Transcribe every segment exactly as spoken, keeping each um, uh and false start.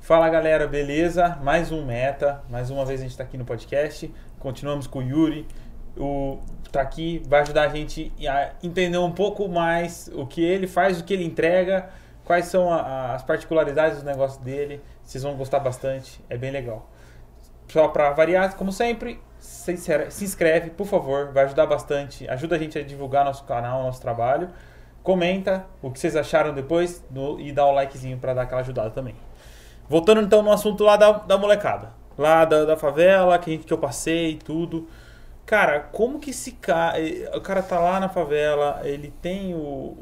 Fala galera, beleza? Mais um Meta, mais uma vez a gente está aqui no podcast, continuamos com o Yuri, o tá aqui, vai ajudar a gente a entender um pouco mais o que ele faz, o que ele entrega, quais são a, as particularidades do negócio dele, vocês vão gostar bastante, é bem legal. Só para variar, como sempre, se, se inscreve, por favor, vai ajudar bastante, ajuda a gente a divulgar nosso canal, nosso trabalho, comenta o que vocês acharam depois no, e dá o likezinho para dar aquela ajudada também. Voltando então no assunto lá da, da molecada, lá da, da favela, que, que eu passei e tudo. Cara, como que esse cara, o cara tá lá na favela, ele tem o...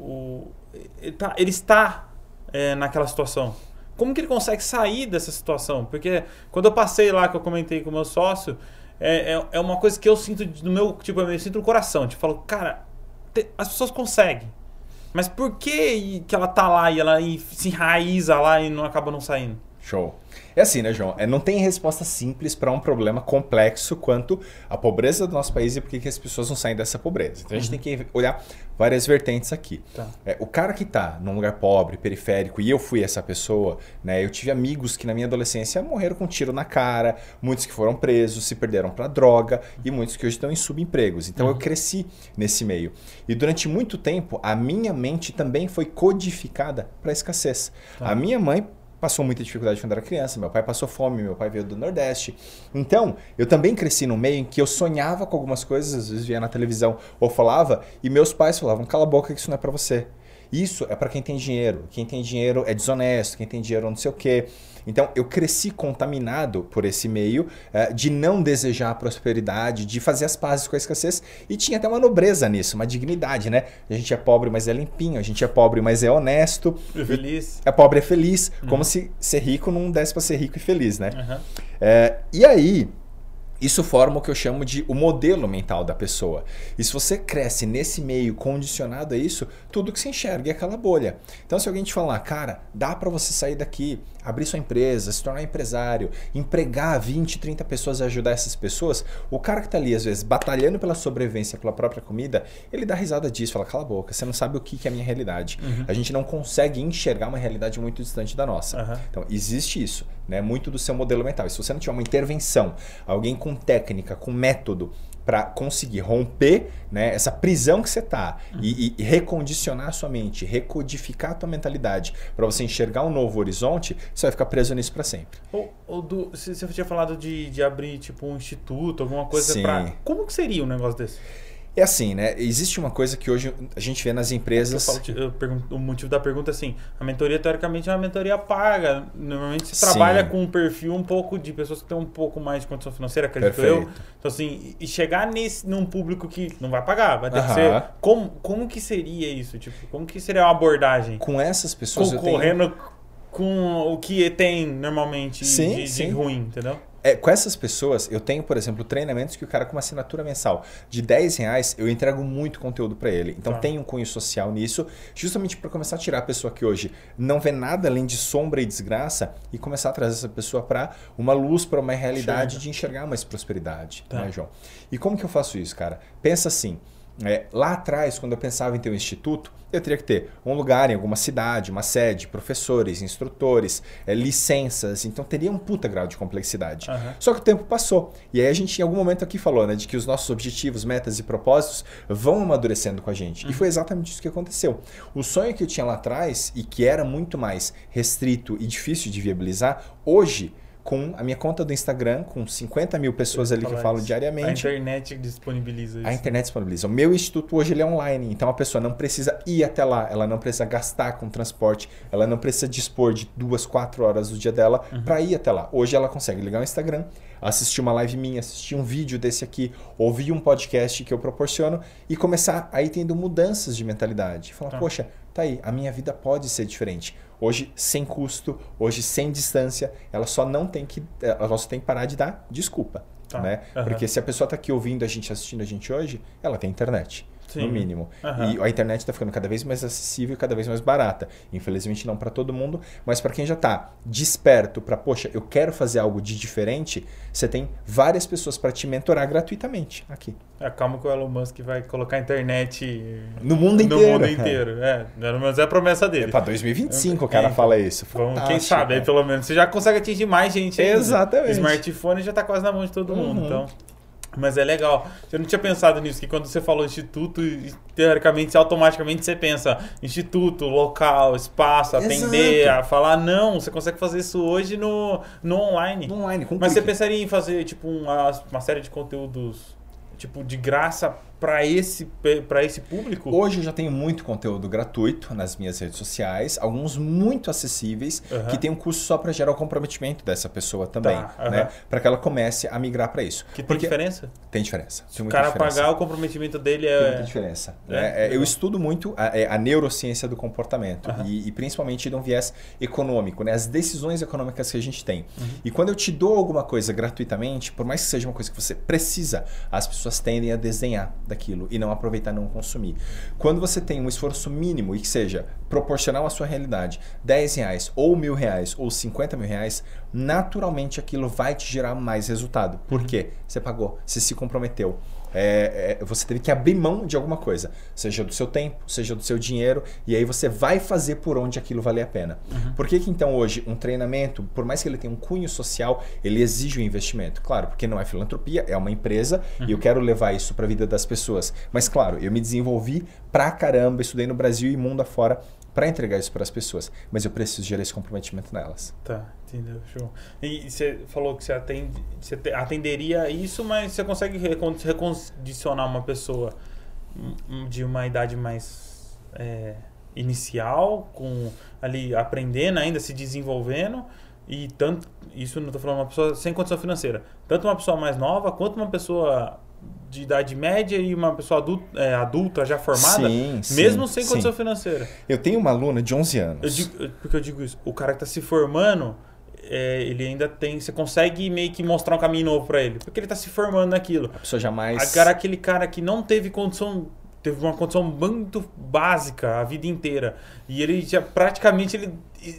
o ele, tá, ele está é, naquela situação. Como que ele consegue sair dessa situação? Porque quando eu passei lá, que eu comentei com o meu sócio, é, é, é uma coisa que eu sinto no meu, tipo, eu sinto no coração. Tipo, eu falo, cara, te, as pessoas conseguem. Mas por que, que ela tá lá e ela se enraiza lá e não acaba não saindo? Show. É assim, né, João? É, não tem resposta simples para um problema complexo quanto a pobreza do nosso país e por que as pessoas não saem dessa pobreza. Então a gente uhum. tem que olhar várias vertentes aqui. Tá. É, o cara que está num lugar pobre, periférico, e eu fui essa pessoa, né? Eu tive amigos que na minha adolescência morreram com um tiro na cara, muitos que foram presos, se perderam para droga e muitos que hoje estão em subempregos. Então uhum. eu cresci nesse meio. E durante muito tempo, a minha mente também foi codificada para escassez. Tá. A minha mãe passou muita dificuldade quando era criança, meu pai passou fome, meu pai veio do Nordeste. Então, eu também cresci num meio em que eu sonhava com algumas coisas, às vezes via na televisão ou falava, e meus pais falavam, cala a boca que isso não é pra você. Isso é para quem tem dinheiro. Quem tem dinheiro é desonesto, quem tem dinheiro não sei o quê. Então, eu cresci contaminado por esse meio uh, de não desejar a prosperidade, de fazer as pazes com a escassez. E tinha até uma nobreza nisso, uma dignidade, né? A gente é pobre, mas é limpinho. A gente é pobre, mas é honesto. É feliz. É pobre, é feliz. Uhum. Como se ser rico não desse para ser rico e feliz, né? Uhum. Uh, e aí... Isso forma o que eu chamo de o modelo mental da pessoa. E se você cresce nesse meio condicionado a isso, tudo que se enxerga é aquela bolha. Então se alguém te falar, cara, dá para você sair daqui, abrir sua empresa, se tornar empresário, empregar vinte, trinta pessoas e ajudar essas pessoas, o cara que tá ali às vezes batalhando pela sobrevivência, pela própria comida, ele dá risada disso, fala, cala a boca, você não sabe o que é a minha realidade. Uhum. A gente não consegue enxergar uma realidade muito distante da nossa. Uhum. Então existe isso, né? Muito do seu modelo mental. E se você não tiver uma intervenção, alguém com técnica, com método para conseguir romper, né, essa prisão que você está uhum. e, e recondicionar a sua mente, recodificar a tua mentalidade para você enxergar um novo horizonte, você vai ficar preso nisso para sempre. Ou, ou do, você tinha falado de, de abrir tipo um instituto, alguma coisa para... Como que seria um negócio desse? É assim, né? Existe uma coisa que hoje a gente vê nas empresas... Eu falo, eu pergunto, o motivo da pergunta é assim, a mentoria teoricamente é uma mentoria paga. Normalmente você Sim. trabalha com um perfil um pouco de pessoas que têm um pouco mais de condição financeira, acredito Perfeito. eu. Então assim, e chegar nesse, num público que não vai pagar, vai ter uh-huh. que ser... Como, como que seria isso? Tipo, como que seria uma abordagem? Com essas pessoas Concorrendo eu tenho... com o que tem normalmente sim, de, sim. de ruim, entendeu? É, com essas pessoas, eu tenho, por exemplo, treinamentos que o cara com uma assinatura mensal de dez reais, eu entrego muito conteúdo para ele. Então tá. tem um cunho social nisso, justamente para começar a tirar a pessoa que hoje não vê nada além de sombra e desgraça e começar a trazer essa pessoa para uma luz, para uma realidade Chega. de enxergar mais prosperidade, tá. né, João? E como que eu faço isso, cara? Pensa assim, é, lá atrás, quando eu pensava em ter um instituto, eu teria que ter um lugar em alguma cidade, uma sede, professores, instrutores, é, licenças. Então teria um puta grau de complexidade. Uhum. Só que o tempo passou. E aí a gente em algum momento aqui falou, né, de que os nossos objetivos, metas e propósitos vão amadurecendo com a gente. Uhum. E foi exatamente isso que aconteceu. O sonho que eu tinha lá atrás e que era muito mais restrito e difícil de viabilizar, hoje... com a minha conta do Instagram, com cinquenta mil pessoas ali que eu falo isso. diariamente. A internet disponibiliza isso. A internet disponibiliza. O meu instituto hoje ele é online, então a pessoa não precisa ir até lá, ela não precisa gastar com transporte, ela não precisa dispor de duas, quatro horas do dia dela uhum. para ir até lá. Hoje ela consegue ligar o Instagram, assistir uma live minha, assistir um vídeo desse aqui, ouvir um podcast que eu proporciono e começar aí tendo mudanças de mentalidade. Falar, tá. poxa, tá aí, a minha vida pode ser diferente. Hoje sem custo, hoje sem distância, ela só não tem que, ela só tem que parar de dar desculpa, tá. né? Uhum. Porque se a pessoa está aqui ouvindo a gente, assistindo a gente hoje, ela tem internet. Sim. No mínimo. Uhum. E a internet está ficando cada vez mais acessível e cada vez mais barata. Infelizmente não para todo mundo, mas para quem já está desperto para, poxa, eu quero fazer algo de diferente, você tem várias pessoas para te mentorar gratuitamente aqui. É, calma que o Elon Musk vai colocar a internet no mundo inteiro. No mundo inteiro. É, pelo menos é a promessa dele. É para dois mil e vinte e cinco é, o cara é, fala isso. Vamos, quem sabe, aí pelo menos você já consegue atingir mais gente. Exatamente. O smartphone já está quase na mão de todo mundo, uhum. então... Mas é legal. Eu não tinha pensado nisso, que quando você falou instituto, teoricamente, automaticamente você pensa instituto, local, espaço, atender, Exato. a falar. Não, você consegue fazer isso hoje no, no online. No online, com Mas clique. você pensaria em fazer tipo uma, uma série de conteúdos tipo de graça para esse, para esse público? Hoje eu já tenho muito conteúdo gratuito nas minhas redes sociais, alguns muito acessíveis, uhum. que tem um custo só para gerar o comprometimento dessa pessoa também, tá, uhum. né? Para que ela comece a migrar para isso. Que tem Porque diferença? Tem diferença. Se o cara diferença. pagar, o comprometimento dele é... Tem muita diferença. É, é, eu estudo muito a, a neurociência do comportamento uhum. e, e principalmente de um viés econômico, né? As decisões econômicas que a gente tem. Uhum. E quando eu te dou alguma coisa gratuitamente, por mais que seja uma coisa que você precisa, as pessoas tendem a desdenhar daquilo e não aproveitar, não consumir. Quando você tem um esforço mínimo e que seja proporcional à sua realidade, dez reais ou mil reais ou cinquenta mil reais, naturalmente aquilo vai te gerar mais resultado. Por quê? Você pagou, você se comprometeu. É, é, você teve que abrir mão de alguma coisa, seja do seu tempo, seja do seu dinheiro, e aí você vai fazer por onde aquilo vale a pena. Uhum. Por que que então hoje um treinamento, por mais que ele tenha um cunho social, ele exige um investimento? Claro, porque não é filantropia, é uma empresa uhum. e eu quero levar isso para a vida das pessoas. Mas claro, eu me desenvolvi pra caramba, estudei no Brasil e mundo afora para entregar isso para as pessoas, mas eu preciso gerar esse comprometimento nelas. Tá, entendeu? Show. E você falou que você, atende, você atenderia isso, mas você consegue recondicionar uma pessoa de uma idade mais é, inicial, com ali aprendendo ainda, se desenvolvendo, e tanto, isso não estou falando uma pessoa sem condição financeira, tanto uma pessoa mais nova quanto uma pessoa de idade média e uma pessoa adulta, é, adulta já formada, sim, mesmo sim, sem sim. condição financeira. Eu tenho uma aluna de onze anos. Eu digo, porque eu digo isso, o cara que está se formando, é, ele ainda tem, você consegue meio que mostrar um caminho novo para ele, porque ele está se formando naquilo. A pessoa jamais... Agora aquele cara que não teve condição, teve uma condição muito básica a vida inteira, e ele já praticamente ele,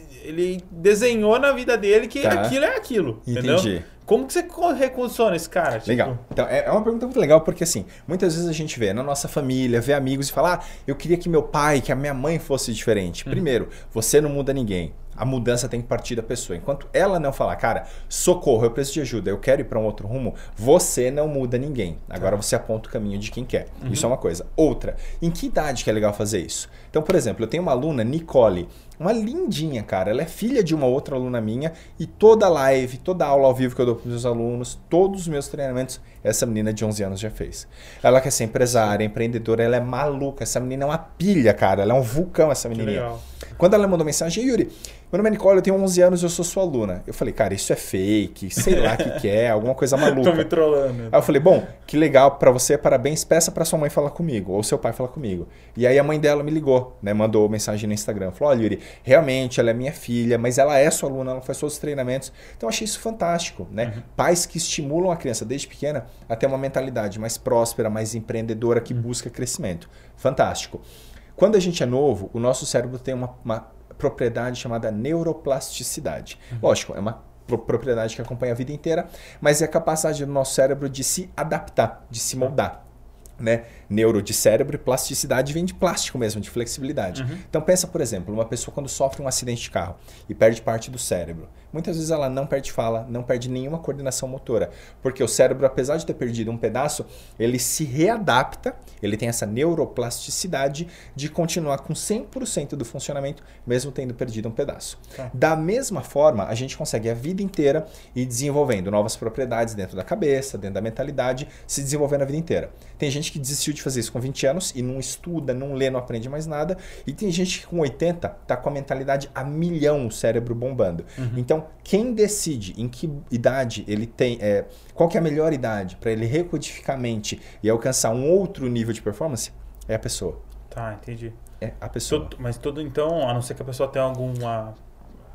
ele desenhou na vida dele que tá. aquilo é aquilo, Entendi. Entendeu? Como que você recondiciona esse cara? Tipo... Legal. Então, é uma pergunta muito legal, porque assim, muitas vezes a gente vê na nossa família, vê amigos e fala, ah, eu queria que meu pai, que a minha mãe fosse diferente. Hum. Primeiro, você não muda ninguém. A mudança tem que partir da pessoa. Enquanto ela não falar, cara, socorro, eu preciso de ajuda, eu quero ir para um outro rumo, você não muda ninguém. Agora você aponta o caminho de quem quer. Uhum. Isso é uma coisa. Outra, em que idade que é legal fazer isso? Então, por exemplo, eu tenho uma aluna, Nicole, uma lindinha, cara. Ela é filha de uma outra aluna minha e toda live, toda aula ao vivo que eu dou para os meus alunos, todos os meus treinamentos, essa menina de onze anos já fez. Ela quer ser empresária, empreendedora, ela é maluca. Essa menina é uma pilha, cara. Ela é um vulcão, essa menininha. Quando ela mandou mensagem, Yuri, meu nome é Nicole, eu tenho onze anos e eu sou sua aluna. Eu falei, cara, isso é fake, sei lá o que, que é, alguma coisa maluca. Tô me trollando. Aí eu falei, bom, que legal pra você, parabéns, peça pra sua mãe falar comigo, ou seu pai falar comigo. E aí a mãe dela me ligou, né, mandou mensagem no Instagram, falou, olha Yuri, realmente ela é minha filha, mas ela é sua aluna, ela faz todos os treinamentos. Então eu achei isso fantástico, né? Uhum. Pais que estimulam a criança desde pequena a ter uma mentalidade mais próspera, mais empreendedora, que uhum. busca crescimento. Fantástico. Quando a gente é novo, o nosso cérebro tem uma, uma propriedade chamada neuroplasticidade. Uhum. Lógico, é uma propriedade que acompanha a vida inteira, mas é a capacidade do nosso cérebro de se adaptar, de se moldar. Né? Neuro de cérebro e plasticidade vem de plástico mesmo, de flexibilidade. Uhum. Então pensa, por exemplo, uma pessoa quando sofre um acidente de carro e perde parte do cérebro. Muitas vezes ela não perde fala, não perde nenhuma coordenação motora, porque o cérebro, apesar de ter perdido um pedaço, ele se readapta, ele tem essa neuroplasticidade de continuar com cem por cento do funcionamento, mesmo tendo perdido um pedaço. Tá. Da mesma forma, a gente consegue a vida inteira ir desenvolvendo novas propriedades dentro da cabeça, dentro da mentalidade, se desenvolvendo a vida inteira. Tem gente que desistiu de fazer isso com vinte anos e não estuda, não lê, não aprende mais nada, e tem gente que com oitenta está com a mentalidade a milhão, o cérebro bombando. Uhum. Então, quem decide em que idade ele tem, é, qual que é a melhor idade para ele recodificar a mente e alcançar um outro nível de performance, é a pessoa. Tá, entendi. É a pessoa. Todo, mas todo então, a não ser que a pessoa tenha alguma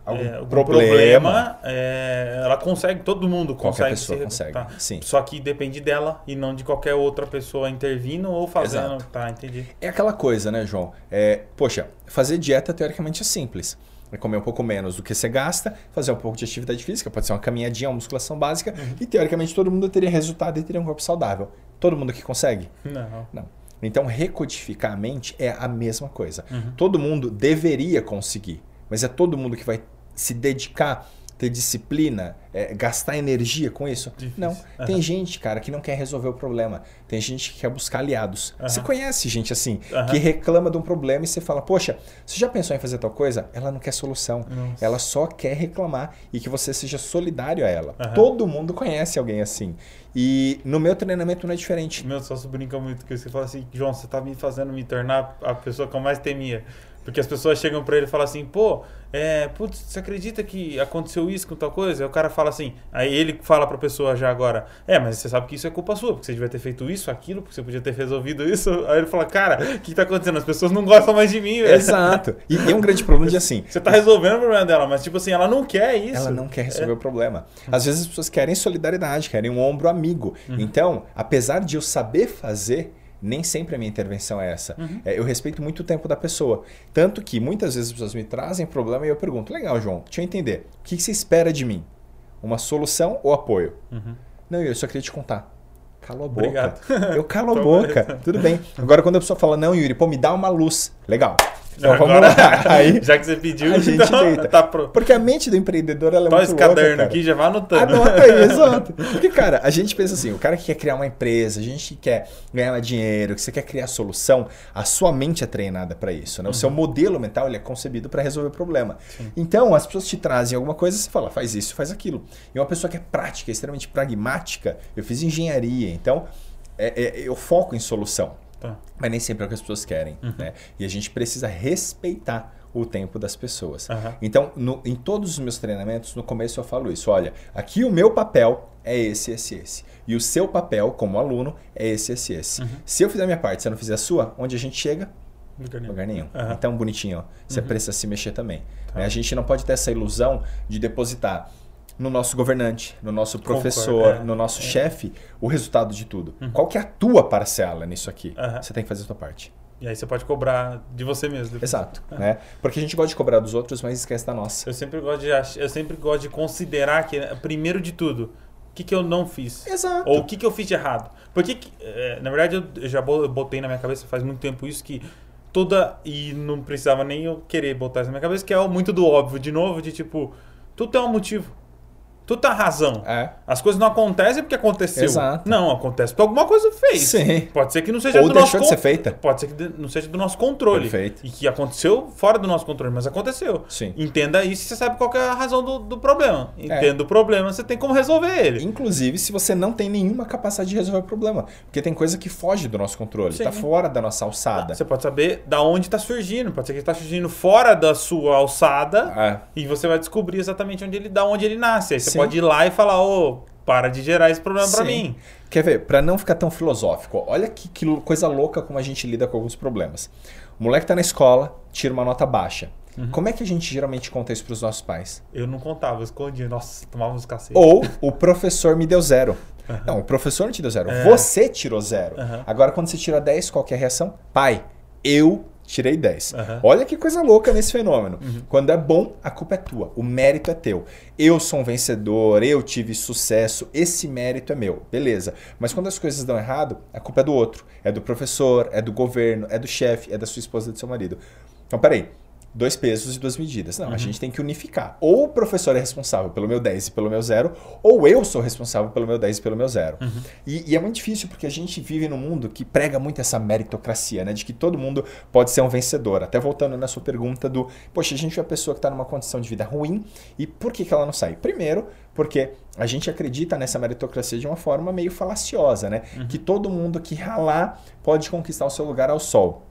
algum é, algum problema, problema é, ela consegue, todo mundo consegue. Qualquer pessoa se consegue, tá. sim. Só que depende dela e não de qualquer outra pessoa intervindo ou fazendo. Exato. Tá, entendi. É aquela coisa, né, João? É, poxa, fazer dieta teoricamente é simples. É comer um pouco menos do que você gasta, fazer um pouco de atividade física, pode ser uma caminhadinha, uma musculação básica, uhum. e teoricamente todo mundo teria resultado e teria um corpo saudável. Todo mundo que consegue? Não. Não. Então, recodificar a mente é a mesma coisa. Uhum. Todo mundo deveria conseguir, mas é todo mundo que vai se dedicar, ter disciplina, é, gastar energia com isso? Difícil. Não. Uhum. Tem gente, cara, que não quer resolver o problema. Tem gente que quer buscar aliados. Uhum. Você conhece gente assim, uhum. que reclama de um problema e você fala, poxa, você já pensou em fazer tal coisa? Ela não quer solução. Nossa. Ela só quer reclamar e que você seja solidário a ela. Uhum. Todo mundo conhece alguém assim. E no meu treinamento não é diferente. Meu sócio brinca muito que você fala assim, João, você tá me fazendo me tornar a pessoa que eu mais temia. Porque as pessoas chegam pra ele e falam assim, pô, é, putz, você acredita que aconteceu isso com tal coisa? Aí o cara fala assim, aí ele fala pra pessoa já agora, é, mas você sabe que isso é culpa sua, porque você devia ter feito isso, aquilo, porque você podia ter resolvido isso. Aí ele fala, cara, o que tá acontecendo? As pessoas não gostam mais de mim, velho. Exato. E é um grande problema de assim... Você tá resolvendo o problema dela, mas tipo assim, ela não quer isso. Ela não quer resolver é. o problema. Às vezes as pessoas querem solidariedade, querem um ombro amigo. Uhum. Então, apesar de eu saber fazer... Nem sempre a minha intervenção é essa. Uhum. É, eu respeito muito o tempo da pessoa. Tanto que muitas vezes as pessoas me trazem problema e eu pergunto, legal, João, deixa eu entender. O que você espera de mim? Uma solução ou apoio? Uhum. Não, eu só queria te contar. Cala a boca. Obrigado. Eu calo a boca. Tudo bem. Agora quando a pessoa fala, não, Yuri, pô, me dá uma luz. Legal. Então agora, vamos lá. Aí, já que você pediu, a gente então, deita. Tá pro... Porque a mente do empreendedor ela é Tó muito esse louca, caderno cara. aqui, já vai anotando. Anota aí, exato. Porque, cara, a gente pensa assim, o cara que quer criar uma empresa, a gente que quer ganhar mais dinheiro, que você quer criar solução, a sua mente é treinada para isso, né? O uhum. seu modelo mental ele é concebido para resolver o problema. Sim. Então, as pessoas te trazem alguma coisa, você fala, faz isso, faz aquilo. E uma pessoa que é prática, extremamente pragmática, eu fiz engenharia, então é, é, eu foco em solução. Tá. Mas nem sempre é o que as pessoas querem, uhum. né? E a gente precisa respeitar o tempo das pessoas. Uhum. Então, no, em todos os meus treinamentos, no começo eu falo isso. Olha, aqui o meu papel é esse, esse, esse. E o seu papel como aluno é esse, esse, esse. Uhum. Se eu fizer a minha parte, se eu não fizer a sua, onde a gente chega? Lugar nenhum. Lugar nenhum. Uhum. Então, bonitinho, ó, você uhum. precisa se mexer também. Tá. Né? A gente não pode ter essa ilusão de depositar no nosso governante, no nosso professor, Concordo, é. no nosso é. chefe, o resultado de tudo. Uhum. Qual que é a tua parcela nisso aqui? Uhum. Você tem que fazer a tua parte. E aí você pode cobrar de você mesmo. Depois. Exato. Uhum. Né? Porque a gente gosta de cobrar dos outros, mas esquece da nossa. Eu sempre gosto de, ach... eu sempre gosto de considerar que, primeiro de tudo, o que, que eu não fiz. Exato. Ou o que, que eu fiz de errado. Porque, é, na verdade, eu já botei na minha cabeça faz muito tempo isso que toda... E não precisava nem eu querer botar isso na minha cabeça, que é muito do óbvio, de novo, de tipo, tudo tem um motivo. Tu tá razão. É. As coisas não acontecem porque aconteceu. Exato. Não, acontece porque alguma coisa fez. Sim. Pode ser que não seja Ou do nosso deixou de ser feita. Pode ser que não seja do nosso controle. Perfeito. E que aconteceu fora do nosso controle, mas aconteceu. Sim. Entenda isso e você sabe qual que é a razão do, do problema. Entenda é. o problema, você tem como resolver ele. Inclusive, se você não tem nenhuma capacidade de resolver o problema. Porque tem coisa que foge do nosso controle. Sim. Tá fora da nossa alçada. Você pode saber da onde tá surgindo. Pode ser que ele tá surgindo fora da sua alçada. É. E você vai descobrir exatamente onde ele, da onde ele nasce. Aí você Sim. pode ir lá e falar, ô, para de gerar esse problema para mim. Quer ver? Para não ficar tão filosófico, olha que, que coisa louca como a gente lida com alguns problemas. O moleque tá na escola, tira uma nota baixa. Uhum. Como é que a gente geralmente conta isso pros nossos pais? Eu não contava, eu escondia. Nossa, tomava uns cacete. Ou o professor me deu zero. Uhum. Não, o professor não te deu zero. É. Você tirou zero. Uhum. Agora, quando você tira dez, qual que é a reação? Pai, eu tirei dez. Uhum. Olha que coisa louca nesse fenômeno. Uhum. Quando é bom, a culpa é tua. O mérito é teu. Eu sou um vencedor, eu tive sucesso, esse mérito é meu. Beleza. Mas quando as coisas dão errado, a culpa é do outro. É do professor, é do governo, é do chefe, é da sua esposa, do seu marido. Então, peraí. Dois pesos e duas medidas. Não, uhum. a gente tem que unificar. Ou o professor é responsável pelo meu dez e pelo meu zero, ou eu sou responsável pelo meu dez e pelo meu zero. Uhum. E, e é muito difícil porque a gente vive num mundo que prega muito essa meritocracia, né? De que todo mundo pode ser um vencedor. Até voltando na sua pergunta do, poxa, a gente vê a pessoa que está numa condição de vida ruim e por que, que ela não sai? Primeiro, porque a gente acredita nessa meritocracia de uma forma meio falaciosa, né? Uhum. Que todo mundo que ralar pode conquistar o seu lugar ao sol.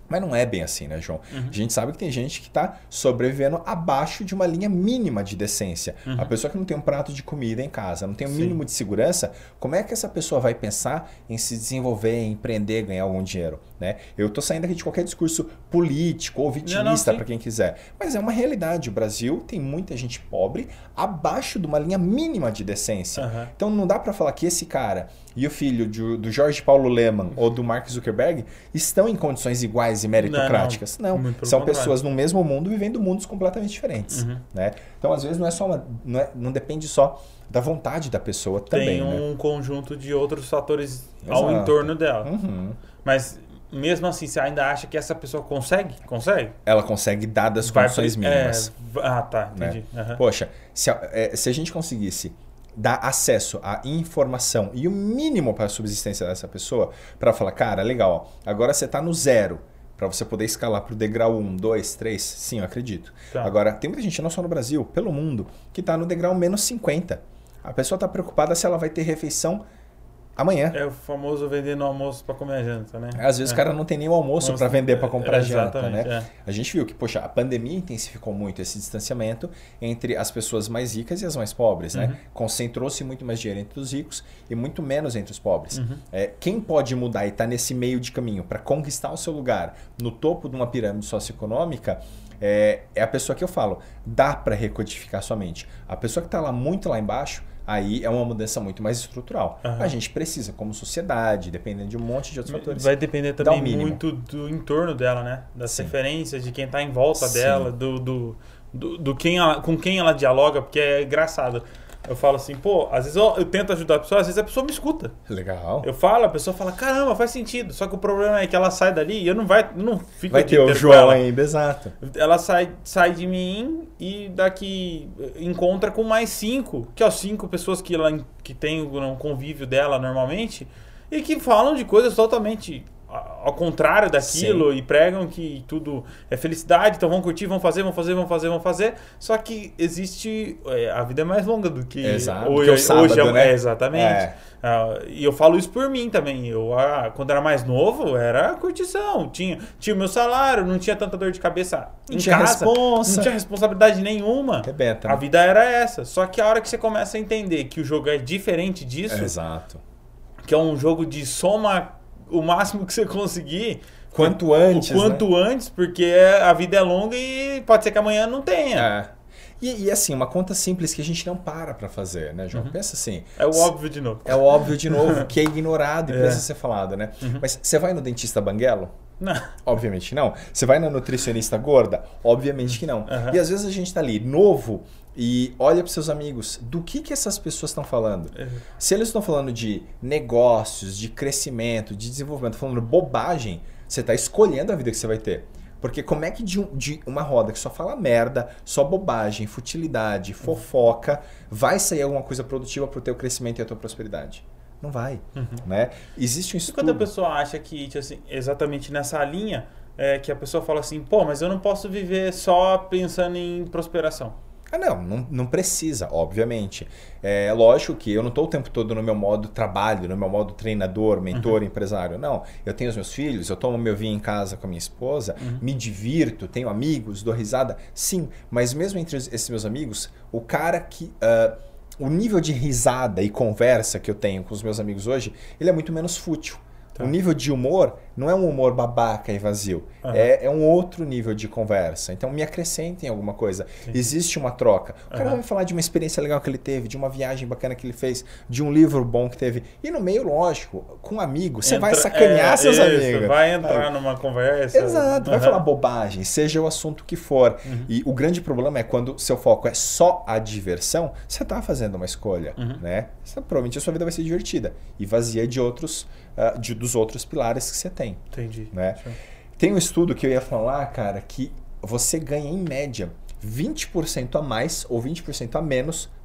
Mas não é bem assim, né, João? Uhum. A gente sabe que tem gente que está sobrevivendo abaixo de uma linha mínima de decência. Uhum. A pessoa que não tem um prato de comida em casa, não tem um Sim. mínimo de segurança, como é que essa pessoa vai pensar em se desenvolver, em empreender, ganhar algum dinheiro? Né? Eu estou saindo aqui de qualquer discurso político ou vitimista para quem quiser. Mas é uma realidade. O Brasil tem muita gente pobre abaixo de uma linha mínima de decência. Uhum. Então não dá para falar que esse cara e o filho de, do Jorge Paulo Lemann ou do Mark Zuckerberg estão em condições iguais e meritocráticas. Não, não. não. São pessoas no mesmo mundo vivendo mundos completamente diferentes. Uhum. Né? Então, às vezes, não é só uma, não, é, não depende só da vontade da pessoa também. Tem um né? conjunto de outros fatores Exato. Ao entorno dela. Uhum. Mas, mesmo assim, você ainda acha que essa pessoa consegue? Consegue? Ela consegue, dadas as condições Vai, mínimas. É, ah, tá. Entendi. Né? Uhum. Poxa, se a, é, se a gente conseguisse dar acesso à informação e o mínimo para a subsistência dessa pessoa, para falar, cara, legal, ó, agora você está no zero, para você poder escalar para o degrau um, dois, três, sim, eu acredito. Tá. Agora, tem muita gente, não só no Brasil, pelo mundo, que está no degrau menos cinquenta. A pessoa está preocupada se ela vai ter refeição amanhã. É o famoso vender no almoço para comer a janta, né? Às vezes é. o cara não tem nem o almoço para vender para comprar é, janta, né? É. A gente viu que, poxa, a pandemia intensificou muito esse distanciamento entre as pessoas mais ricas e as mais pobres, uhum. né? Concentrou-se muito mais dinheiro entre os ricos e muito menos entre os pobres. Uhum. É, quem pode mudar e estar tá nesse meio de caminho para conquistar o seu lugar no topo de uma pirâmide socioeconômica é, é a pessoa que eu falo, dá para recodificar sua mente. A pessoa que está lá muito lá embaixo, aí é uma mudança muito mais estrutural. Uhum. A gente precisa, como sociedade, dependendo de um monte de outros fatores. Vai depender também muito do entorno dela, né? Das Sim. referências, de quem está em volta Sim. dela, do, do, do, do quem ela, com quem ela dialoga, porque é engraçado. Eu falo assim, pô, às vezes eu, eu tento ajudar a pessoa, às vezes a pessoa me escuta. Legal. Eu falo, a pessoa fala, caramba, faz sentido. Só que o problema é que ela sai dali e eu não, vai, não fico Vai ter o João ainda, exato. Ela sai, sai de mim e daqui encontra com mais cinco, que é os cinco pessoas que, ela, que tem o convívio dela normalmente e que falam de coisas totalmente ao contrário daquilo. Sim. E pregam que tudo é felicidade, então vão curtir, vão fazer, vão fazer, vão fazer, vão fazer. Só que existe... É, a vida é mais longa do que... Exato, hoje, que o sábado, hoje é, né? É, exatamente. É. Uh, e eu falo isso por mim também. Eu, ah, quando era mais novo, era curtição. Tinha, tinha o meu salário, não tinha tanta dor de cabeça não em tinha casa. Responsa. Não tinha responsabilidade nenhuma. Rebenta, a né? vida era essa. Só que a hora que você começa a entender que o jogo é diferente disso... É, exato. Que é um jogo de soma o máximo que você conseguir. Quanto antes, O quanto né? antes, porque a vida é longa e pode ser que amanhã não tenha. É. E, e assim, uma conta simples que a gente não para para fazer, né, João? Uhum. Pensa assim... É o óbvio de novo. É o óbvio de novo, que é ignorado e é. precisa ser falado, né? Uhum. Mas você vai no dentista banguelo? Não. Obviamente não. Você vai na nutricionista gorda? Obviamente que não. Uhum. E às vezes a gente tá ali, novo... E olha para os seus amigos, do que, que essas pessoas estão falando? Uhum. Se eles estão falando de negócios, de crescimento, de desenvolvimento, falando bobagem, você está escolhendo a vida que você vai ter. Porque como é que de, um, de uma roda que só fala merda, só bobagem, futilidade, fofoca, vai sair alguma coisa produtiva para o teu crescimento e a tua prosperidade? Não vai. Uhum. Né? Existe um estudo... E quando a pessoa acha que, tipo assim, exatamente nessa linha, é, que a pessoa fala assim, pô, mas eu não posso viver só pensando em prosperação. Ah, não, não, não precisa, obviamente. É lógico que eu não estou o tempo todo no meu modo trabalho, no meu modo treinador, mentor, uhum. empresário. Não, eu tenho os meus filhos, eu tomo meu vinho em casa com a minha esposa, uhum. me divirto, tenho amigos, dou risada. Sim, mas mesmo entre esses meus amigos, o cara que... Uh, o nível de risada e conversa que eu tenho com os meus amigos hoje, ele é muito menos fútil. Tá. O nível de humor não é um humor babaca e vazio. Uhum. É, é um outro nível de conversa. Então me acrescentem alguma coisa. Sim. Existe uma troca. O cara uhum. vai me falar de uma experiência legal que ele teve, de uma viagem bacana que ele fez, de um livro bom que teve. E no meio, lógico, com um amigo, você Entra, vai sacanear é, seus isso, amigos. Vai entrar é. numa conversa. Exato. Uhum. Vai falar bobagem, seja o assunto que for. Uhum. E o grande problema é quando seu foco é só a diversão, você está fazendo uma escolha. Uhum. Né? Você, provavelmente a sua vida vai ser divertida e vazia de outros... Uh, de, dos outros pilares que você tem. Entendi. Né? Tem um estudo que eu ia falar, cara, que você ganha em média vinte por cento a mais ou vinte por cento a menos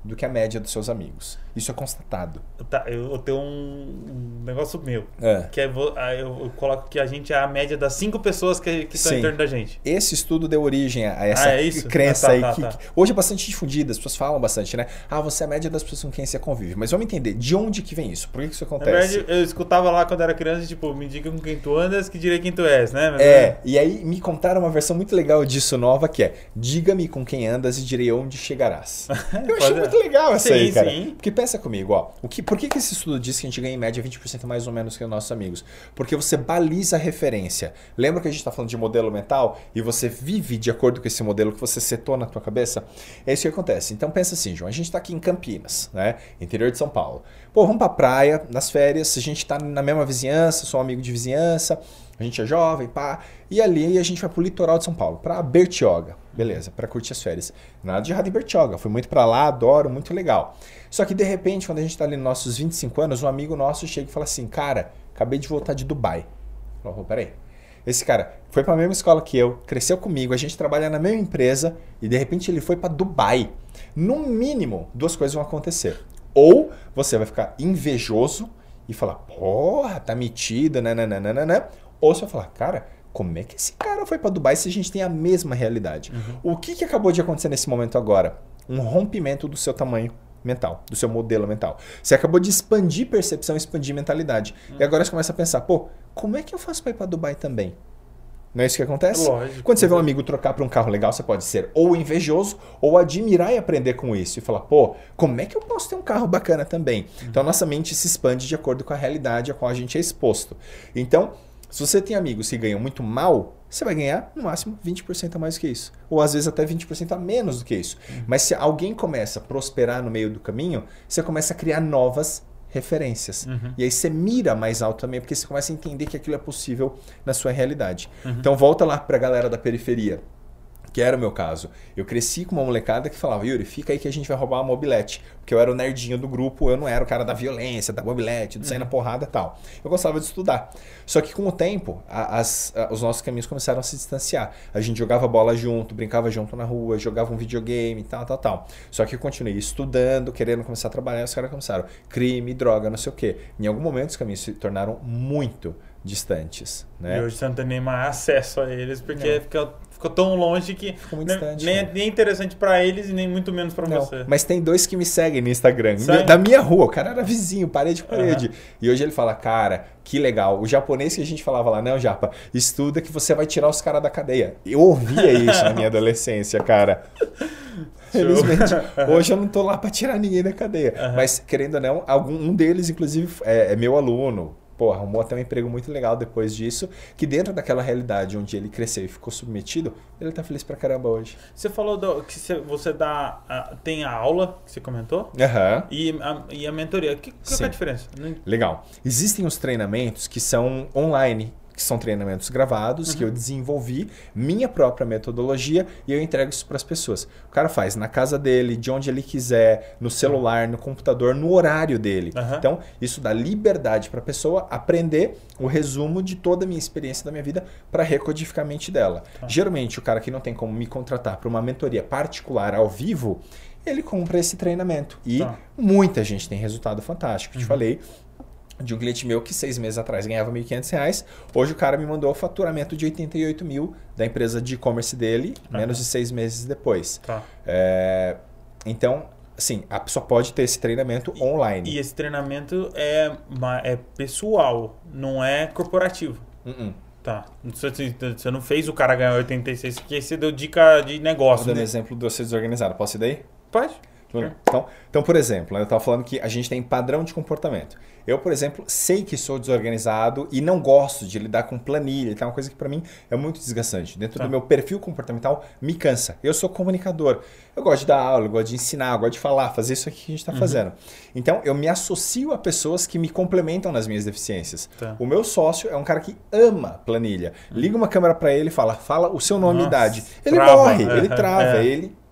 do que a média dos seus amigos. Isso é constatado. Tá, eu tenho um, um negócio meu. É. Que é, eu, eu coloco que a gente é a média das cinco pessoas que, que estão em torno da gente. Esse estudo deu origem a essa ah, é isso? crença ah, tá, aí. tá, que, tá. que hoje é bastante difundida, as pessoas falam bastante, né? Ah, você é a média das pessoas com quem você convive. Mas vamos entender, de onde que vem isso? Por que, que isso acontece? Na verdade, eu escutava lá quando era criança, tipo, me diga com quem tu andas, que direi quem tu és, né? Mas é, é, e aí me contaram uma versão muito legal disso nova, que é, diga-me com quem andas e direi onde chegarás. Eu achei muito legal essa sim, aí, cara. Sim. Porque pensa comigo, ó, o que, por que, que esse estudo diz que a gente ganha em média vinte por cento mais ou menos que os nossos amigos? Porque você baliza a referência. Lembra que a gente está falando de modelo mental e você vive de acordo com esse modelo que você setou na tua cabeça? É isso que acontece. Então pensa assim, João, a gente está aqui em Campinas, né? Interior de São Paulo. Pô, vamos pra praia, nas férias, a gente tá na mesma vizinhança, sou um amigo de vizinhança, a gente é jovem, pá. E ali a gente vai pro litoral de São Paulo, pra Bertioga. Beleza, pra curtir as férias. Nada de errado em Bertioga, fui muito pra lá, adoro, muito legal. Só que de repente, quando a gente tá ali nos nossos vinte e cinco anos, um amigo nosso chega e fala assim, cara, acabei de voltar de Dubai. Eu falo, peraí. Esse cara foi pra mesma escola que eu, cresceu comigo, a gente trabalha na mesma empresa e de repente ele foi pra Dubai. No mínimo, duas coisas vão acontecer. Ou você vai ficar invejoso e falar, porra, tá metido, nananana. Ou você vai falar, cara, como é que esse cara foi pra Dubai se a gente tem a mesma realidade? Uhum. O que, que acabou de acontecer nesse momento agora? Um rompimento do seu tamanho mental, do seu modelo mental. Você acabou de expandir percepção, expandir mentalidade. Uhum. E agora você começa a pensar, pô, como é que eu faço pra ir pra Dubai também? Não é isso que acontece? Lógico. Quando você vê um amigo trocar para um carro legal, você pode ser ou invejoso ou admirar e aprender com isso. E falar, pô, como é que eu posso ter um carro bacana também? Uhum. Então, a nossa mente se expande de acordo com a realidade a qual a gente é exposto. Então, se você tem amigos que ganham muito mal, você vai ganhar no máximo vinte por cento a mais do que isso. Ou às vezes até vinte por cento a menos do que isso. Uhum. Mas se alguém começa a prosperar no meio do caminho, você começa a criar novas referências. Uhum. E aí você mira mais alto também, porque você começa a entender que aquilo é possível na sua realidade. Uhum. Então volta lá para a galera da periferia, que era o meu caso. Eu cresci com uma molecada que falava, Yuri, fica aí que a gente vai roubar uma mobilete. Porque eu era o nerdinho do grupo, eu não era o cara da violência, da mobilete, do sair na porrada e tal. Eu gostava de estudar. Só que com o tempo, a, as, a, os nossos caminhos começaram a se distanciar. A gente jogava bola junto, brincava junto na rua, jogava um videogame e tal, tal, tal. Só que eu continuei estudando, querendo começar a trabalhar, e os caras começaram crime, droga, não sei o quê. Em algum momento os caminhos se tornaram muito distantes. Né? E hoje você não tem nem mais acesso a eles, porque fica... Ficou tão longe que muito distante, nem, nem é interessante pra eles e nem muito menos pra não, você. Mas tem dois que me seguem no Instagram. Sério? Da minha rua. O cara era vizinho, parede com parede. Uhum. E hoje ele fala, cara, que legal. O japonês que a gente falava lá, não, Japa, estuda que você vai tirar os caras da cadeia. Eu ouvia isso na minha adolescência, cara. Felizmente. Hoje eu não tô lá pra tirar ninguém da cadeia. Uhum. Mas, querendo ou não, algum, um deles, inclusive, é, é meu aluno. Pô, arrumou até um emprego muito legal depois disso, que dentro daquela realidade onde ele cresceu e ficou submetido, ele tá feliz pra caramba hoje. Você falou do, que você dá, uh, tem a aula, que você comentou, uhum. e, a, e a mentoria. Que, qual é a diferença? Legal. Existem os treinamentos que são online, que são treinamentos gravados, uhum. que eu desenvolvi, minha própria metodologia, e eu entrego isso para as pessoas. O cara faz na casa dele, de onde ele quiser, no celular, no computador, no horário dele. Uhum. Então, isso dá liberdade para a pessoa aprender o resumo de toda a minha experiência da minha vida para recodificar a mente dela. Uhum. Geralmente, o cara que não tem como me contratar para uma mentoria particular ao vivo, ele compra esse treinamento. E uhum. muita gente tem resultado fantástico. Uhum. Te falei de um cliente meu que seis meses atrás ganhava mil e quinhentos reais. Hoje o cara me mandou o faturamento de oitenta e oito mil da empresa de e-commerce dele, uhum. menos de seis meses depois. Tá. É, então, assim, a pessoa pode ter esse treinamento e, online. E esse treinamento é, é pessoal, não é corporativo. Uh-uh. Tá. Você não fez o cara ganhar oitenta e seis, porque você deu dica de negócio. Vou dar né? um exemplo de você desorganizado. Posso ir daí? Pode. Então, então, por exemplo, eu estava falando que a gente tem padrão de comportamento. Eu, por exemplo, sei que sou desorganizado e não gosto de lidar com planilha. Então é uma coisa que para mim é muito desgastante. Dentro tá. do meu perfil comportamental, me cansa. Eu sou comunicador. Eu gosto de dar aula, eu gosto de ensinar, eu gosto de falar, fazer isso aqui que a gente está uhum. fazendo. Então, eu me associo a pessoas que me complementam nas minhas deficiências. Tá. O meu sócio é um cara que ama planilha. Liga uma câmera para ele e fala, fala o seu nome e idade. Ele trava. morre, é, ele trava, é. ele...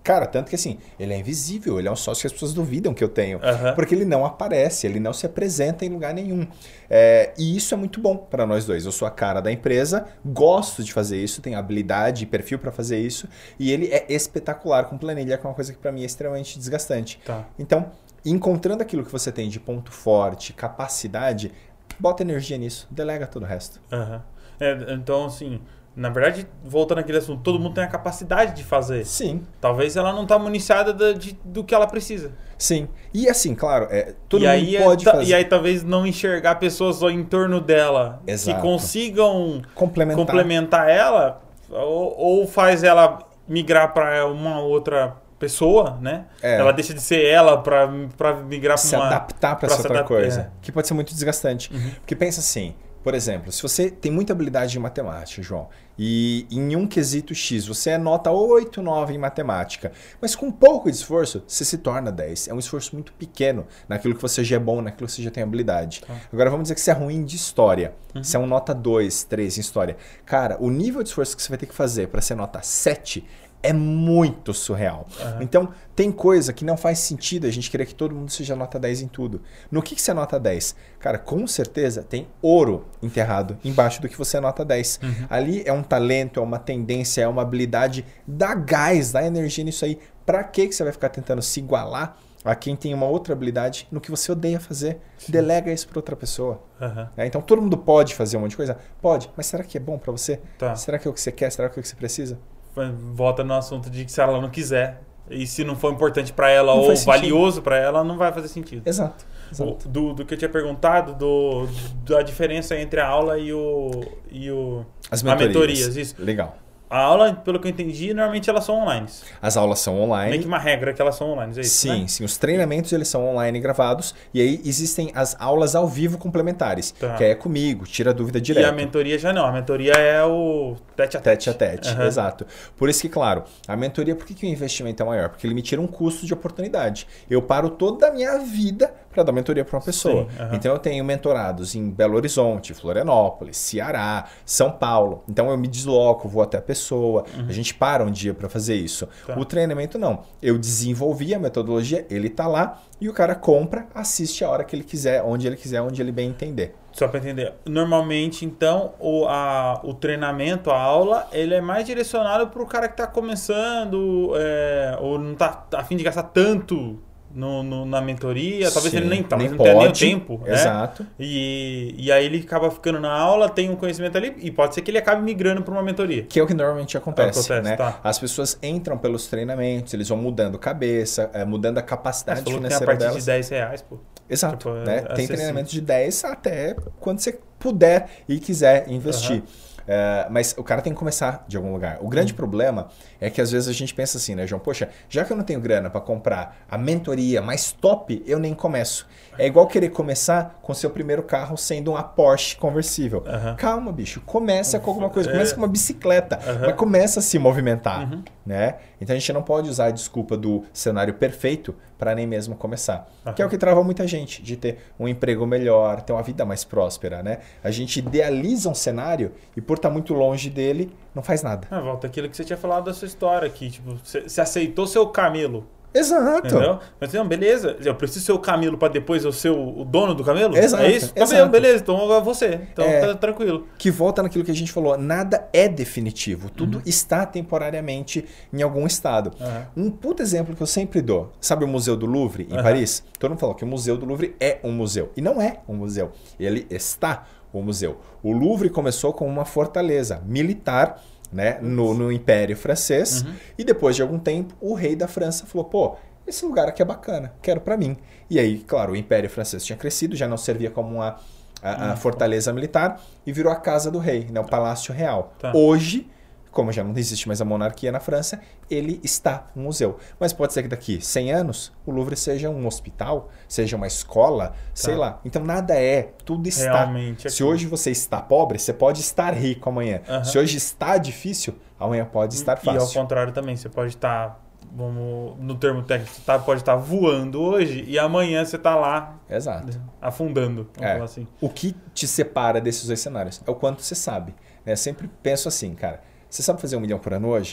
Cara, tanto que assim, ele é invisível, ele é um sócio que as pessoas duvidam que eu tenho. Uhum. Porque ele não aparece, ele não se apresenta em lugar nenhum. É, e isso é muito bom para nós dois. Eu sou a cara da empresa, gosto de fazer isso, tenho habilidade e perfil para fazer isso. E ele é espetacular com planilha, que é uma coisa que para mim é extremamente desgastante. Tá. Então, encontrando aquilo que você tem de ponto forte, capacidade, bota energia nisso, delega todo o resto. Uhum. É, então, assim... Na verdade, voltando àquele assunto, todo mundo tem a capacidade de fazer. Sim. Talvez ela não está municiada de, de, do que ela precisa. Sim. E assim, claro, é, todo e mundo aí, pode é, fazer. E aí talvez não enxergar pessoas só em torno dela. Exato. Que consigam complementar, complementar ela ou, ou faz ela migrar para uma outra pessoa, né? É. Ela deixa de ser ela para migrar para se uma... adaptar para essa outra adaptar, coisa. é. Que pode ser muito desgastante. Uhum. Porque pensa assim... Por exemplo, se você tem muita habilidade em matemática, João, e em um quesito X você é nota oito, nove em matemática, mas com um pouco de esforço, você se torna dez. É um esforço muito pequeno naquilo que você já é bom, naquilo que você já tem habilidade. Tá. Agora vamos dizer que você é ruim de história. Uhum. Você é um nota dois, três em história. Cara, o nível de esforço que você vai ter que fazer para ser nota sete é muito surreal. Uhum. Então, tem coisa que não faz sentido a gente querer que todo mundo seja nota dez em tudo. No que, que você é nota dez? Cara, com certeza tem ouro enterrado embaixo do que você é nota dez. Uhum. Ali é um talento, é uma tendência, é uma habilidade. Dá gás, dá energia nisso aí. Pra que que você vai ficar tentando se igualar a quem tem uma outra habilidade no que você odeia fazer? Sim. Delega isso para outra pessoa. Uhum. É, então, todo mundo pode fazer um monte de coisa? Pode. Mas será que é bom para você? Tá. Será que é o que você quer? Será que é o que você precisa? Volta no assunto de que se ela não quiser e se não for importante para ela não ou valioso para ela, não vai fazer sentido. Exato. Exato. Do, do que eu tinha perguntado, do, da diferença entre a aula e o... E o As mentorias. A mentorias, isso. Legal. A aula, pelo que eu entendi, normalmente elas são online. As aulas são online. Meio que uma regra que elas são online, é isso, Sim, né? sim. Os treinamentos eles são online gravados e aí existem as aulas ao vivo complementares, tá. que é comigo, tira dúvida direto. E a mentoria já não. A mentoria é o tete a tete. Tete a tete, uhum. Exato. Por isso que, claro, a mentoria, por que, que o investimento é maior? Porque ele me tira um custo de oportunidade. Eu paro toda a minha vida para dar mentoria para uma pessoa. Sim, uhum. Então eu tenho mentorados em Belo Horizonte, Florianópolis, Ceará, São Paulo. Então eu me desloco, vou até a pessoa, uhum. a gente para um dia para fazer isso. Tá. O treinamento não. Eu desenvolvi a metodologia, ele está lá e o cara compra, assiste a hora que ele quiser, onde ele quiser, onde ele bem entender. Só para entender. Normalmente, então, o, a, o treinamento, a aula, ele é mais direcionado para o cara que está começando é, ou não está a fim de gastar tanto no, no, na mentoria. Talvez Sim, ele nem, talvez nem não tenha nem o tempo. Exato. Né? E, e aí ele acaba ficando na aula, tem um conhecimento ali e pode ser que ele acabe migrando para uma mentoria. Que é o que normalmente acontece. acontece né? Tá. As pessoas entram pelos treinamentos, eles vão mudando cabeça, é, mudando a capacidade Mas financeira tem a partir delas. de dez reais, pô. Exato. Tipo, né? é Tem treinamento de dez até quando você puder e quiser investir. Uhum. Uh, mas o cara tem que começar de algum lugar. O grande uhum. problema é que às vezes a gente pensa assim, né, João? Poxa, já que eu não tenho grana para comprar a mentoria mais top, eu nem começo. É igual querer começar com seu primeiro carro sendo uma Porsche conversível. Uhum. Calma, bicho. Começa com alguma coisa. Começa é. com uma bicicleta. Uhum. Mas começa a se movimentar. Uhum. Né? Então a gente não pode usar a desculpa do cenário perfeito para nem mesmo começar. Uhum. Que é o que trava muita gente, de ter um emprego melhor, ter uma vida mais próspera. Né? A gente idealiza um cenário e por estar muito longe dele, não faz nada. Ah, volta aquilo que você tinha falado da sua história aqui. Tipo, você, você aceitou seu camelo. Exato. Entendeu? Mas não, beleza, eu preciso ser o camelo para depois eu ser o dono do camelo? Exato. É isso? Tá exato. bem, beleza, então agora você. Então é, tá tranquilo. Que volta naquilo que a gente falou, nada é definitivo, tudo uhum. está temporariamente em algum estado. Uhum. Um puto exemplo que eu sempre dou, sabe o Museu do Louvre em uhum. Paris? Todo mundo falou que o Museu do Louvre é um museu. E não é um museu, ele está um museu. O Louvre começou com uma fortaleza militar, né, no, no Império Francês, uhum. e depois de algum tempo o rei da França falou, pô, esse lugar aqui é bacana, quero para mim. E aí, claro, o Império Francês tinha crescido, já não servia como uma a, a uhum. fortaleza militar e virou a casa do rei, né, o Palácio Real. Tá. Hoje, como já não existe mais a monarquia na França, ele está um museu. Mas pode ser que daqui cem anos o Louvre seja um hospital, seja uma escola, tá. sei lá. Então nada é, tudo está. Realmente, Se hoje você está pobre, você pode estar rico amanhã. Uhum. Se hoje está difícil, amanhã pode estar fácil. E ao contrário também, você pode estar, vamos, no termo técnico, você tá, pode estar voando hoje e amanhã você está lá Exato. afundando. Vamos é. falar assim. O que te separa desses dois cenários é o quanto você sabe. Eu sempre penso assim, cara. Você sabe fazer um milhão por ano hoje?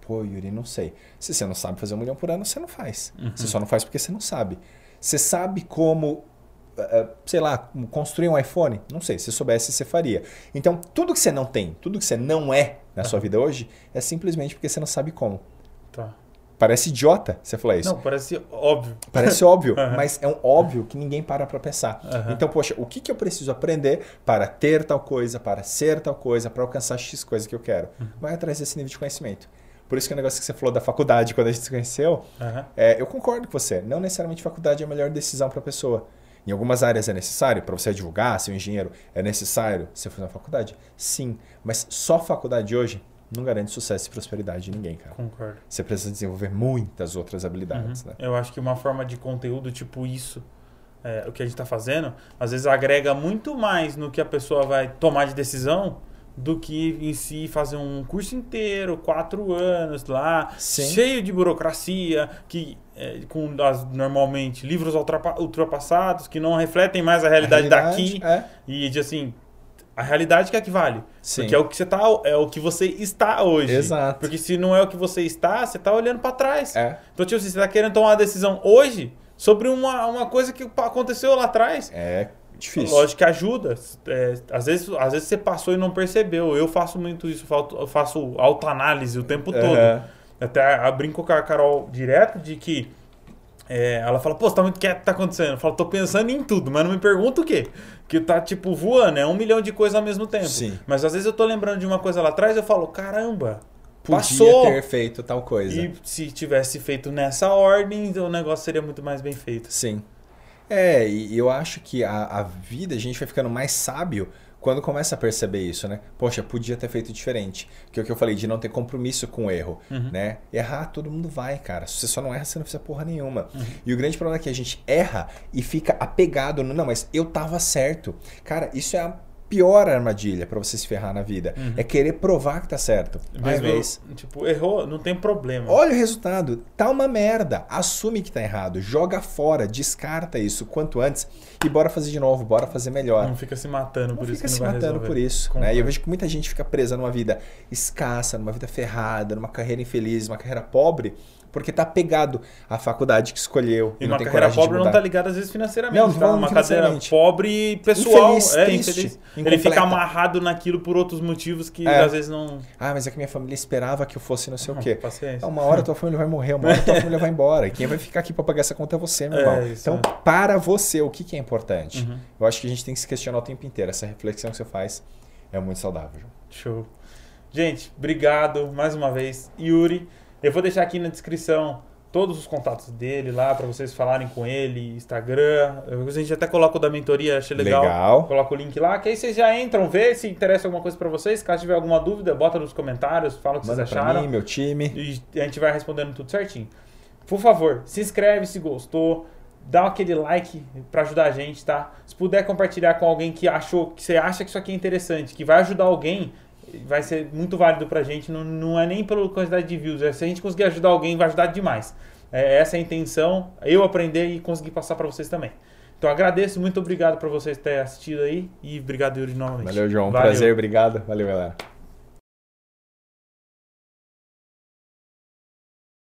Pô, Yuri, não sei. Se você não sabe fazer um milhão por ano, você não faz. Uhum. Você só não faz porque você não sabe. Você sabe como, uh, sei lá, construir um iPhone? Não sei. Se soubesse, você faria. Então, tudo que você não tem, tudo que você não é na uhum. sua vida hoje, é simplesmente porque você não sabe como. Tá. Parece idiota você falar isso. Não, parece óbvio. Parece óbvio, uhum. mas é um óbvio que ninguém para para pensar. Uhum. Então, poxa, o que, que eu preciso aprender para ter tal coisa, para ser tal coisa, para alcançar X coisa que eu quero? Uhum. Vai atrás desse nível de conhecimento. Por isso que o negócio que você falou da faculdade, quando a gente se conheceu, uhum. é, eu concordo com você. Não necessariamente faculdade é a melhor decisão para a pessoa. Em algumas áreas é necessário, para você divulgar, ser um engenheiro, é necessário você fazer uma faculdade? Sim, mas só faculdade hoje não garante sucesso e prosperidade de ninguém, cara. Concordo. Você precisa desenvolver muitas outras habilidades, uhum. né? Eu acho que uma forma de conteúdo tipo isso, é, o que a gente está fazendo, às vezes agrega muito mais no que a pessoa vai tomar de decisão do que em si fazer um curso inteiro, quatro anos lá, Sim. cheio de burocracia, que é, com as, normalmente livros ultrapa, ultrapassados, que não refletem mais a realidade, a realidade daqui. É. E de assim... A realidade que é que vale. Sim. Porque é o que você tá, é o que você está hoje. Exato. Porque se não é o que você está, você tá olhando para trás. É. Então, tipo, você tá querendo tomar uma decisão hoje sobre uma, uma coisa que aconteceu lá atrás. É difícil. Lógico que ajuda. É, às, vezes, às vezes você passou e não percebeu. Eu faço muito isso. Eu faço autoanálise o tempo todo. Uhum. Até eu brinco com a Carol direto de que É, ela fala, pô, você tá muito quieto, o que tá acontecendo? Eu falo, tô pensando em tudo, mas não me pergunta o quê? Que tá, tipo, voando, é um milhão de coisas ao mesmo tempo. Sim. Mas às vezes eu tô lembrando de uma coisa lá atrás, eu falo, caramba, Podia passou. ter feito tal coisa. E se tivesse feito nessa ordem, o negócio seria muito mais bem feito. Sim. É, e eu acho que a, a vida, a gente vai ficando mais sábio quando começa a perceber isso, né? Poxa, podia ter feito diferente. Que é o que eu falei, de não ter compromisso com o erro, uhum. né? Errar, todo mundo vai, cara. Se você só não erra, você não precisa porra nenhuma. Uhum. E o grande problema é que a gente erra e fica apegado no, não, mas eu tava certo. Cara, isso é a pior armadilha pra você se ferrar na vida. Uhum. É querer provar que tá certo. Ao invés... Tipo, errou, não tem problema. Olha o resultado. Tá uma merda. Assume que tá errado. Joga fora. Descarta isso quanto antes. E bora fazer de novo. Bora fazer melhor. Não fica se matando por não isso fica que não se vai matando resolver. por isso. Né? E eu vejo que muita gente fica presa numa vida escassa, numa vida ferrada, numa carreira infeliz, numa carreira pobre, porque tá apegado à faculdade que escolheu. E, e uma não tem carreira coragem pobre de não tá ligada às vezes financeiramente. Não, tá? Uma carreira pobre pessoal. Infeliz, é, triste, infeliz. incompleta. Ele fica amarrado naquilo por outros motivos que É. às vezes não... Ah, mas é que minha família esperava que eu fosse não sei Não, o quê. paciência. Uma hora tua família vai morrer, uma hora tua família vai embora. E quem vai ficar aqui pra pagar essa conta é você, meu É, irmão. isso Então, é. para você, o que, que é importante? Uhum. Eu acho que a gente tem que se questionar o tempo inteiro. Essa reflexão que você faz é muito saudável. Show. Gente, obrigado mais uma vez. Yuri, eu vou deixar aqui na descrição todos os contatos dele lá para vocês falarem com ele, Instagram. A gente até coloca o da mentoria, achei legal. Legal. Coloca o link lá, que aí vocês já entram, vê se interessa alguma coisa para vocês. Caso tiver alguma dúvida, bota nos comentários, fala o que Manda vocês acharam. pra mim, meu time. E a gente vai respondendo tudo certinho. Por favor, se inscreve se gostou, dá aquele like para ajudar a gente, tá? Se puder compartilhar com alguém que achou, que você acha que isso aqui é interessante, que vai ajudar alguém, vai ser muito válido pra gente. Não, não é nem pela quantidade de views, é se a gente conseguir ajudar alguém, vai ajudar demais. É, essa é a intenção, eu aprender e conseguir passar para vocês também. Então agradeço, muito obrigado por vocês terem assistido aí e obrigado, Yuri, novamente. Valeu, João. Valeu. Prazer, obrigado. Valeu, galera.